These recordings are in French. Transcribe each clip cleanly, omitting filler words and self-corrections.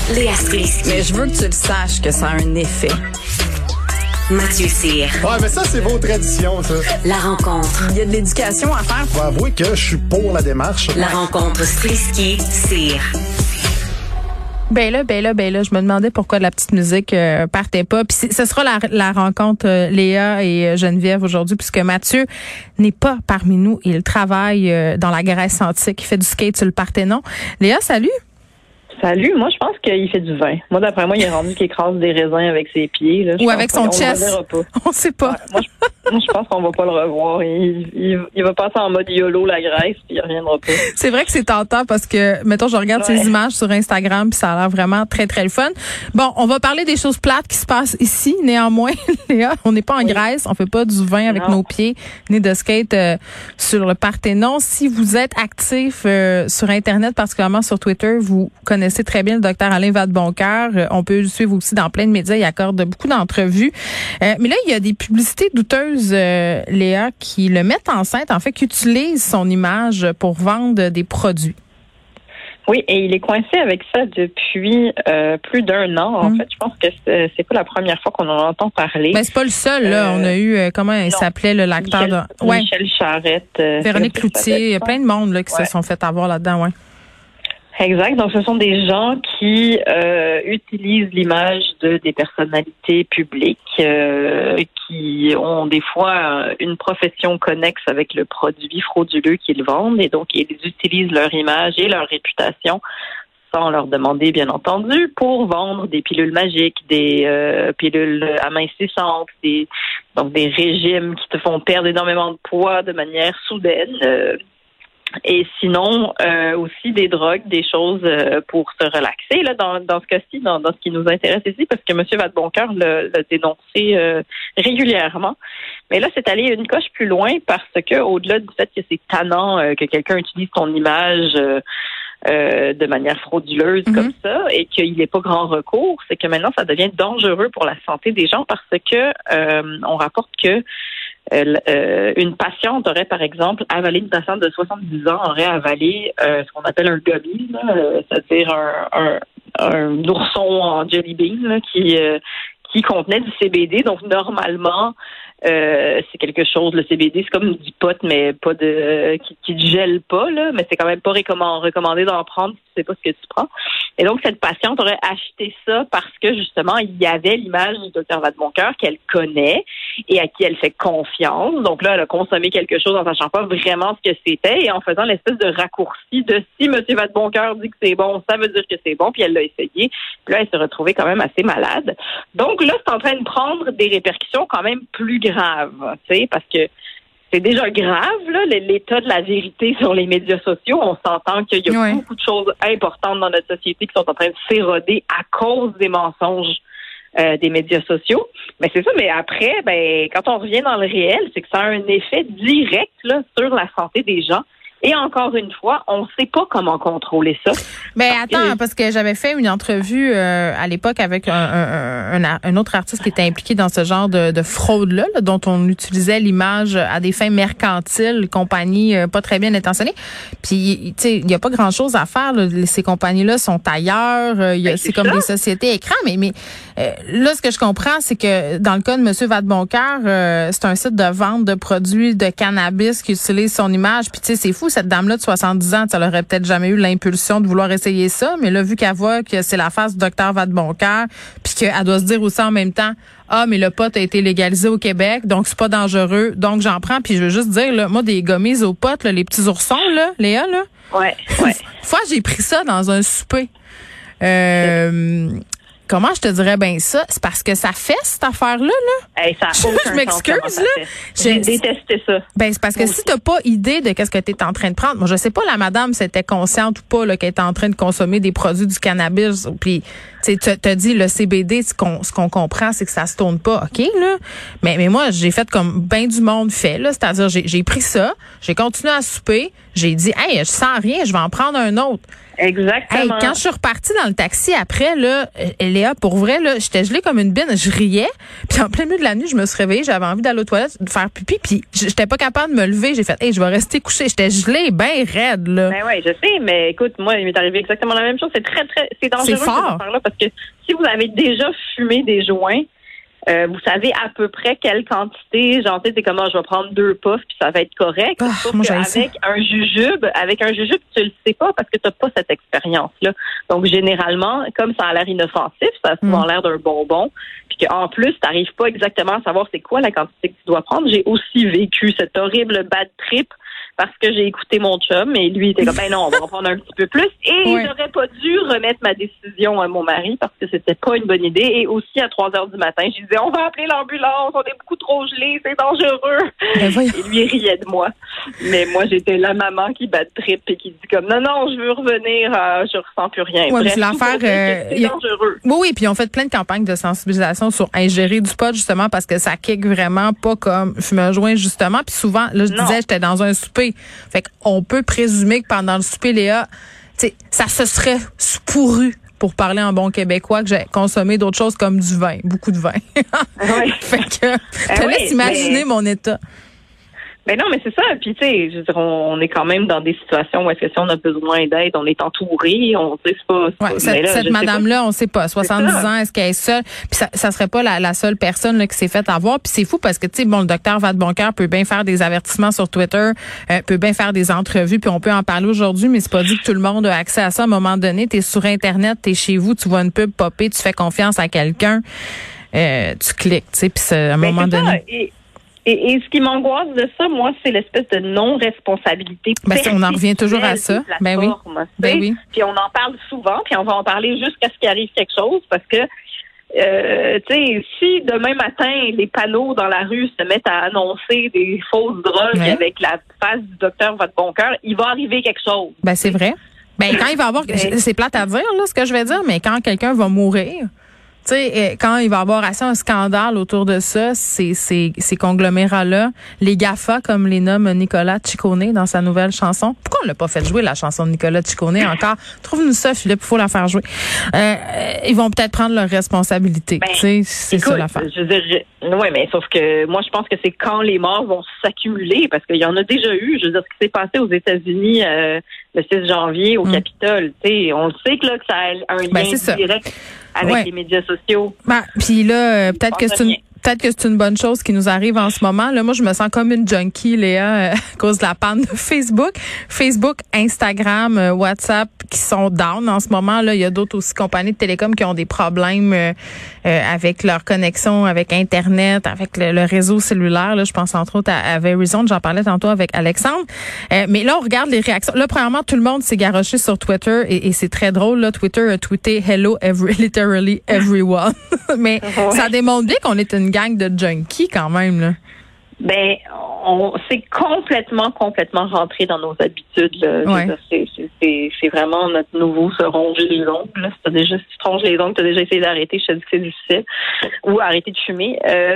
Léa Strisky. Mais je veux que tu le saches que ça a un effet. Mathieu Cyr. Ouais, mais ça, c'est vos traditions, ça. La rencontre. Il y a de l'éducation à faire. Faut avouer que je suis pour la démarche. La rencontre Strisky-Cyr. Ben là, je me demandais pourquoi la petite musique partait pas. Puis ce sera la rencontre Léa et Geneviève aujourd'hui, puisque Mathieu n'est pas parmi nous. Il travaille dans la Grèce antique. Il fait du skate sur le Parthénon. Léa, salut. Salut, moi je pense qu'il fait du vin. Moi d'après moi, il est rendu qu'il écrase des raisins avec ses pieds. Là. Ou avec son chest. On sait pas. Ouais, moi, je pense qu'on va pas le revoir. Il va passer en mode YOLO la Grèce, puis il reviendra pas. C'est vrai que c'est tentant parce que, mettons, je regarde ses images sur Instagram, puis ça a l'air vraiment très, très le fun. Bon, on va parler des choses plates qui se passent ici, néanmoins, Léa. On n'est pas en Grèce, on fait pas du vin avec nos pieds, ni de skate sur le Parthénon. Si vous êtes actif sur Internet, particulièrement sur Twitter, vous connaissez très bien le docteur Alain Vadeboncoeur. On peut le suivre aussi dans plein de médias. Il accorde beaucoup d'entrevues. Mais là, il y a des publicités douteuses, Léa, qui le mettent enceinte, en fait, qui utilisent son image pour vendre des produits. Oui, et il est coincé avec ça depuis plus d'un an. En fait, je pense que c'est pas la première fois qu'on en entend parler. Ben c'est pas le seul. Là, on a eu comment il s'appelait l'acteur Michel Charette, Véronique Cloutier. Il y a plein de monde là qui se sont fait avoir là-dedans. Ouais. Exact. Donc, ce sont des gens qui utilisent l'image des personnalités publiques qui ont des fois une profession connexe avec le produit frauduleux qu'ils vendent. Et donc, ils utilisent leur image et leur réputation sans leur demander, bien entendu, pour vendre des pilules magiques, des pilules amincissantes, donc des régimes qui te font perdre énormément de poids de manière soudaine. Et sinon, aussi des drogues, des choses pour se relaxer, là, dans ce cas-ci, dans ce qui nous intéresse ici, parce que M. Vadeboncoeur l'a dénoncé régulièrement. Mais là, c'est allé une coche plus loin parce que, au-delà du fait que c'est tannant que quelqu'un utilise ton image de manière frauduleuse comme ça et qu'il n'ait pas grand recours, c'est que maintenant, ça devient dangereux pour la santé des gens parce que on rapporte que une patiente aurait, par exemple, avalé, une patiente de 70 ans aurait avalé ce qu'on appelle un gummy, c'est-à-dire un ourson en jelly bean là, qui contenait du CBD. Donc, normalement, c'est quelque chose, le CBD, c'est comme du pot, mais pas qui ne gèle pas, là, mais c'est quand même pas recommandé d'en prendre si tu sais pas ce que tu prends. Et donc, cette patiente aurait acheté ça parce que, justement, il y avait l'image du docteur Vadeboncoeur qu'elle connaît et à qui elle fait confiance. Donc là, elle a consommé quelque chose en sachant pas vraiment ce que c'était et en faisant l'espèce de raccourci de si M. Vadeboncoeur dit que c'est bon, ça veut dire que c'est bon, puis elle l'a essayé. Puis là, elle s'est retrouvée quand même assez malade. Donc là, c'est en train de prendre des répercussions quand même plus graves, tu sais, parce que c'est déjà grave, là, l'état de la vérité sur les médias sociaux. On s'entend qu'il y a beaucoup de choses importantes dans notre société qui sont en train de s'éroder à cause des mensonges des médias sociaux. Mais c'est ça, mais après, quand on revient dans le réel, c'est que ça a un effet direct là, sur la santé des gens. Et encore une fois, on ne sait pas comment contrôler ça. Mais parce que j'avais fait une entrevue à l'époque avec un autre artiste qui était impliqué dans ce genre de fraude-là, là, dont on utilisait l'image à des fins mercantiles, compagnie pas très bien intentionnées. Puis, tu sais, il n'y a pas grand-chose à faire. Là. Ces compagnies-là sont ailleurs. C'est comme des sociétés écrans. Mais là, ce que je comprends, c'est que dans le cas de M. Vadeboncoeur, c'est un site de vente de produits de cannabis qui utilise son image. Puis, tu sais, c'est fou. Cette dame-là de 70 ans, elle aurait peut-être jamais eu l'impulsion de vouloir essayer ça, mais là, vu qu'elle voit que c'est la face du docteur Vadeboncoeur, puis qu'elle doit se dire aussi en même temps, mais le pot a été légalisé au Québec, donc c'est pas dangereux, donc j'en prends, puis je veux juste dire, là, moi, des gommises au pot, là, les petits oursons, là, Léa, là. Ouais. Fois, j'ai pris ça dans un souper. Comment je te dirais bien ça? C'est parce que ça fait cette affaire-là, là. Hey, ça a aucun je m'excuse, là. J'ai détesté ça. C'est parce que si t'as pas idée de qu'est-ce que t'es en train de prendre, moi, je sais pas, la madame, si elle était consciente ou pas, là, qu'elle était en train de consommer des produits du cannabis, puis, tu sais, t'as dit, le CBD, ce qu'on comprend, c'est que ça se tourne pas, OK, là. Mais moi, j'ai fait comme ben du monde fait, là. C'est-à-dire, j'ai pris ça, j'ai continué à souper, j'ai dit, hey, je sens rien, je vais en prendre un autre. Exactement. Hey, quand je suis repartie dans le taxi après, là, Léa, pour vrai, là, j'étais gelée comme une bine, je riais. Puis en plein milieu de la nuit, je me suis réveillée, j'avais envie d'aller aux toilettes, de faire pipi, puis j'étais pas capable de me lever. J'ai fait, hey, je vais rester couchée. J'étais gelée, ben raide, là. Ben ouais, je sais, mais écoute, moi, il m'est arrivé exactement la même chose. C'est c'est dangereux C'est fort. cette affaire-là, parce que si vous avez déjà fumé des joints, vous savez à peu près quelle quantité, genre, tu sais, c'est comment je vais prendre 2 puffs puis ça va être correct. Sauf qu'avec un jujube, tu le sais pas parce que t'as pas cette expérience-là. Donc, généralement, comme ça a l'air inoffensif, ça a souvent l'air d'un bonbon, puis qu'en plus, t'arrives pas exactement à savoir c'est quoi la quantité que tu dois prendre. J'ai aussi vécu cette horrible bad trip parce que j'ai écouté mon chum et lui était comme ben non, on va en prendre un petit peu plus et j'aurais pas dû remettre ma décision à mon mari parce que c'était pas une bonne idée et aussi à 3h du matin, je disais on va appeler l'ambulance, on est beaucoup trop gelés, c'est dangereux. Et lui il riait de moi. Mais moi j'étais la maman qui bat de trip et qui dit comme non, je veux revenir, je ressens plus rien. Ouais, bref, l'affaire c'est dangereux. Oui, puis on fait plein de campagnes de sensibilisation sur ingérer du pot justement parce que ça kick vraiment pas comme fumer un joint justement, puis souvent là je disais j'étais dans un souper. Fait qu'on peut présumer que pendant le souper, Léa, ça se serait pourru, pour parler en bon québécois, que j'ai consommé d'autres choses comme du vin, beaucoup de vin. Oui. Fait que, je te laisse imaginer mon état. Ben non, mais c'est ça. Puis tu sais, je veux dire, on est quand même dans des situations où est-ce que si on a besoin d'aide, on est entouré, on sait pas. Ouais, cette madame-là, on sait pas, 70 ans, est-ce qu'elle est seule? Puis ça serait pas la seule personne là, qui s'est fait avoir. Puis c'est fou parce que tu sais, bon, le docteur Vadeboncoeur peut bien faire des avertissements sur Twitter, peut bien faire des entrevues, puis on peut en parler aujourd'hui, mais c'est pas dit que tout le monde a accès à ça. À un moment donné, t'es sur Internet, t'es chez vous, tu vois une pub popper, tu fais confiance à quelqu'un, tu cliques, tu sais, puis à un moment donné. Et ce qui m'angoisse de ça, moi, c'est l'espèce de non-responsabilité. On en revient toujours à ça. Ben oui. Puis on en parle souvent, puis on va en parler jusqu'à ce qu'il arrive quelque chose, parce que, tu sais, si demain matin, les panneaux dans la rue se mettent à annoncer des fausses drogues avec la face du docteur Vadeboncoeur, il va arriver quelque chose. Ben c'est vrai. Ben quand il va avoir, c'est plate à dire là, ce que je vais dire, mais quand quelqu'un va mourir. Tu sais, quand il va y avoir assez un scandale autour de ça, ces conglomérats-là, les GAFA, comme les nomme Nicolas Ciccone dans sa nouvelle chanson. Pourquoi on l'a pas fait jouer, la chanson de Nicolas Ciccone encore? Trouve-nous ça, Philippe, il faut la faire jouer. Ils vont peut-être prendre leurs responsabilités. Tu sais, c'est ça l'affaire. Je veux dire, oui, mais sauf que moi, je pense que c'est quand les morts vont s'accumuler, parce qu'il y en a déjà eu. Je veux dire, ce qui s'est passé aux États-Unis le 6 janvier au Capitole, tu sais, on le sait que ça a un lien direct avec les médias sociaux. Puis là, peut-être que c'est une bonne chose qui nous arrive en ce moment. Là, moi, je me sens comme une junkie, Léa, à cause de la panne de Facebook. Facebook, Instagram, WhatsApp qui sont down en ce moment. Là, il y a d'autres aussi compagnies de télécom qui ont des problèmes avec leur connexion avec Internet, avec le réseau cellulaire. Là, je pense entre autres à Verizon. J'en parlais tantôt avec Alexandre. Mais là, on regarde les réactions. Là, premièrement, tout le monde s'est garoché sur Twitter et c'est très drôle. Là, Twitter a tweeté "Hello, literally everyone". Mais ça démontre bien qu'on est une gang de junkies quand même, là. Ben, on s'est complètement rentré dans nos habitudes, là. C'est vraiment notre nouveau se ronger les ongles, là. Si tu te ronges les ongles, t'as déjà essayé d'arrêter, je te dis que c'est difficile. Ou arrêter de fumer.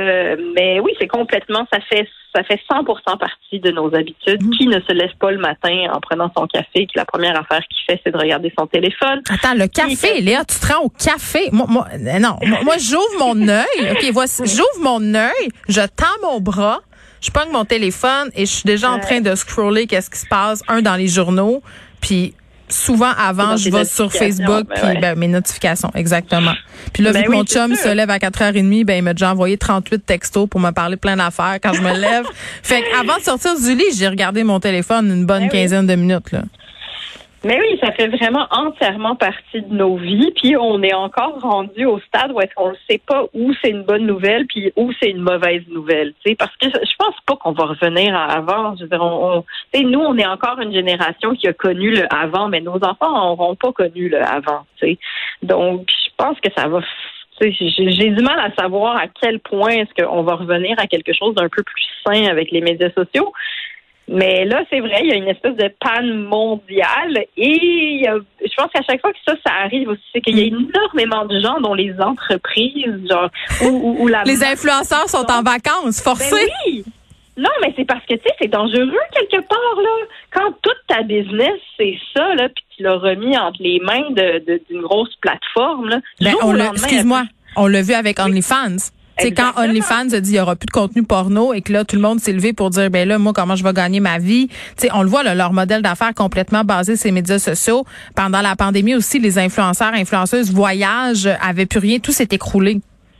Mais oui, c'est complètement, ça fait 100% partie de nos habitudes. Qui ne se lève pas le matin en prenant son café, que la première affaire qu'il fait, c'est de regarder son téléphone. Attends, le café, Léa, tu te rends au café? Moi, j'ouvre mon œil. OK, voici, j'ouvre mon œil, je tends mon bras, je pogne mon téléphone et je suis déjà en train de scroller qu'est-ce qui se passe, dans les journaux, puis souvent avant, je vais sur Facebook, puis mes notifications, exactement. Puis là, vu que mon chum se lève à 4h30, il m'a déjà envoyé 38 textos pour me parler plein d'affaires quand je me lève. Fait qu'avant de sortir du lit, j'ai regardé mon téléphone une bonne quinzaine de minutes, là. Mais oui, ça fait vraiment entièrement partie de nos vies. Puis on est encore rendu au stade où est-ce qu'on ne sait pas où c'est une bonne nouvelle puis où c'est une mauvaise nouvelle. Tu sais, parce que je pense pas qu'on va revenir à avant. Je veux dire, nous, on est encore une génération qui a connu le avant, mais nos enfants n'auront pas connu le avant. Tu sais, donc je pense que ça va. J'ai du mal à savoir à quel point est-ce qu'on va revenir à quelque chose d'un peu plus sain avec les médias sociaux. Mais là, c'est vrai, il y a une espèce de panne mondiale et je pense qu'à chaque fois que ça arrive aussi, c'est qu'il y a énormément de gens dont les entreprises, genre, ou les influenceurs sont en vacances, forcés. Ben oui! Non, mais c'est parce que, tu sais, c'est dangereux quelque part, là. Quand toute ta business, c'est ça, là, puis qu'il a remis entre les mains d'une grosse plateforme. Là, excuse-moi, on l'a vu avec OnlyFans. C'est quand OnlyFans a dit il y aura plus de contenu porno et que là tout le monde s'est levé pour dire ben là moi comment je vais gagner ma vie. T'sais, on le voit là, leur modèle d'affaires complètement basé sur les médias sociaux. Pendant la pandémie aussi les influenceuses voyagent, avaient plus rien, tout s'est écroulé.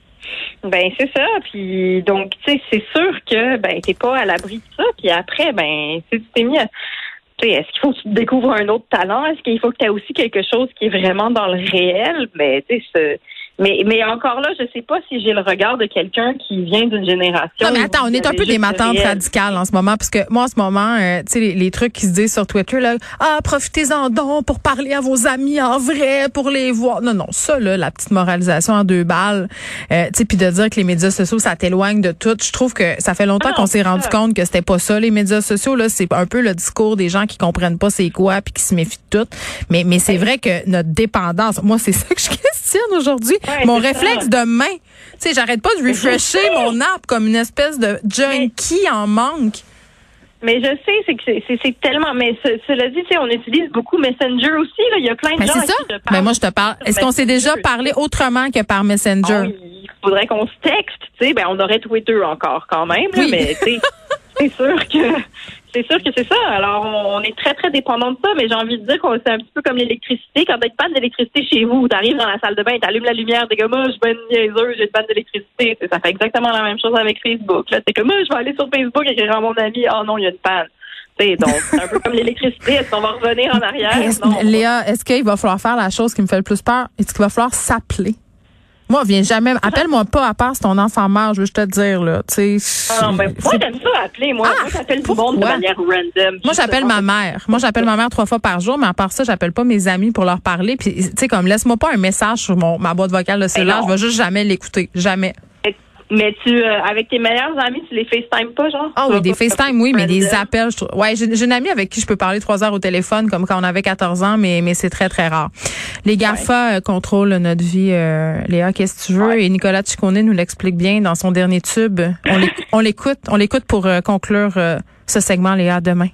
Ben c'est ça, puis donc tu sais c'est sûr que ben t'es pas à l'abri de ça, puis après ben si tu t'es mis à est-ce qu'il faut que tu découvres un autre talent? Est-ce qu'il faut que tu aies aussi quelque chose qui est vraiment dans le réel? Mais tu sais mais encore là, je sais pas si j'ai le regard de quelqu'un qui vient d'une génération. Non, mais attends, on est un peu des matantes radicales en ce moment, parce que moi, en ce moment, tu sais, les trucs qui se disent sur Twitter, là, profitez-en donc pour parler à vos amis en vrai, pour les voir. Non, ça, là, la petite moralisation en 2 balles, tu sais, puis de dire que les médias sociaux, ça t'éloigne de tout. Je trouve que ça fait longtemps qu'on s'est rendu compte que c'était pas ça, les médias sociaux, là, c'est un peu le discours des gens qui comprennent pas c'est quoi, puis qui se méfient de tout. Mais c'est vrai que notre dépendance, moi, c'est ça que je questionne aujourd'hui. Ouais, mon réflexe de main, tu sais, j'arrête pas de refresher mon app comme une espèce de junkie en manque. Mais je sais, c'est tellement. Mais cela dit, tu sais, on utilise beaucoup Messenger aussi. Là, il y a plein de gens qui te parlent. Mais moi, je te parle. Est-ce qu'on s'est déjà parlé autrement que par Messenger? Oh, il faudrait qu'on se texte. Tu sais, ben on aurait Twitter encore quand même. Là, mais tu sais, c'est sûr que c'est ça. Alors, on est très, très dépendant de ça, mais j'ai envie de dire que c'est un petit peu comme l'électricité. Quand t'as une panne d'électricité chez vous, t'arrives dans la salle de bain, t'allumes la lumière, t'es comme, je suis ben niaiseuse, j'ai une panne d'électricité. Ça fait exactement la même chose avec Facebook. Là, t'es comme, je vais aller sur Facebook et écrire à mon ami, non, il y a une panne. Donc, c'est un peu comme l'électricité. Est-ce qu'on va revenir en arrière? Léa, est-ce qu'il va falloir faire la chose qui me fait le plus peur? Est-ce qu'il va falloir s'appeler? Moi, viens jamais. Appelle-moi pas à part c'est ton enfant mort, je veux te dire, là. Tu sais. Moi, j'aime ça appeler. Moi, j'appelle tout le monde de manière random. Moi, j'appelle ma mère. Moi, j'appelle ma mère 3 fois par jour, mais à part ça, j'appelle pas mes amis pour leur parler. Puis, tu sais, comme, laisse-moi pas un message sur ma boîte vocale de cellulaire. Je vais juste jamais l'écouter. Jamais. Mais avec tes meilleurs amis, tu les FaceTime pas, genre? Ah oui, des FaceTime, oui, mais des appels, je trouve. Ouais, j'ai une amie avec qui je peux parler 3 heures au téléphone, comme quand on avait 14 ans, mais c'est très, très rare. Les GAFA contrôlent notre vie, Léa, qu'est-ce que tu veux? Ouais. Et Nicolas Ciccone nous l'explique bien dans son dernier tube. On l'écoute pour conclure ce segment, Léa, demain.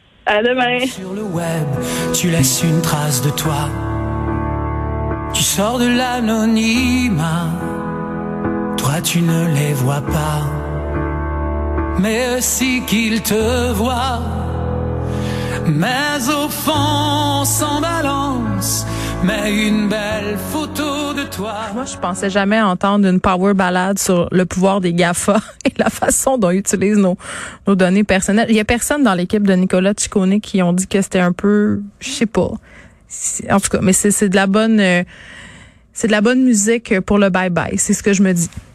À demain. Sur le web, tu laisses une trace de toi. Tu sors de l'anonymat. Toi, tu ne les vois pas, mais si qu'ils te voient. Mais au fond, sans balance, mais une belle photo de toi. Moi, je pensais jamais entendre une power ballade sur le pouvoir des GAFA et la façon dont ils utilisent nos données personnelles. Il y a personne dans l'équipe de Nicolas Ciccone qui ont dit que c'était un peu, je sais pas. En tout cas, mais c'est de la bonne musique pour le bye-bye. C'est ce que je me dis.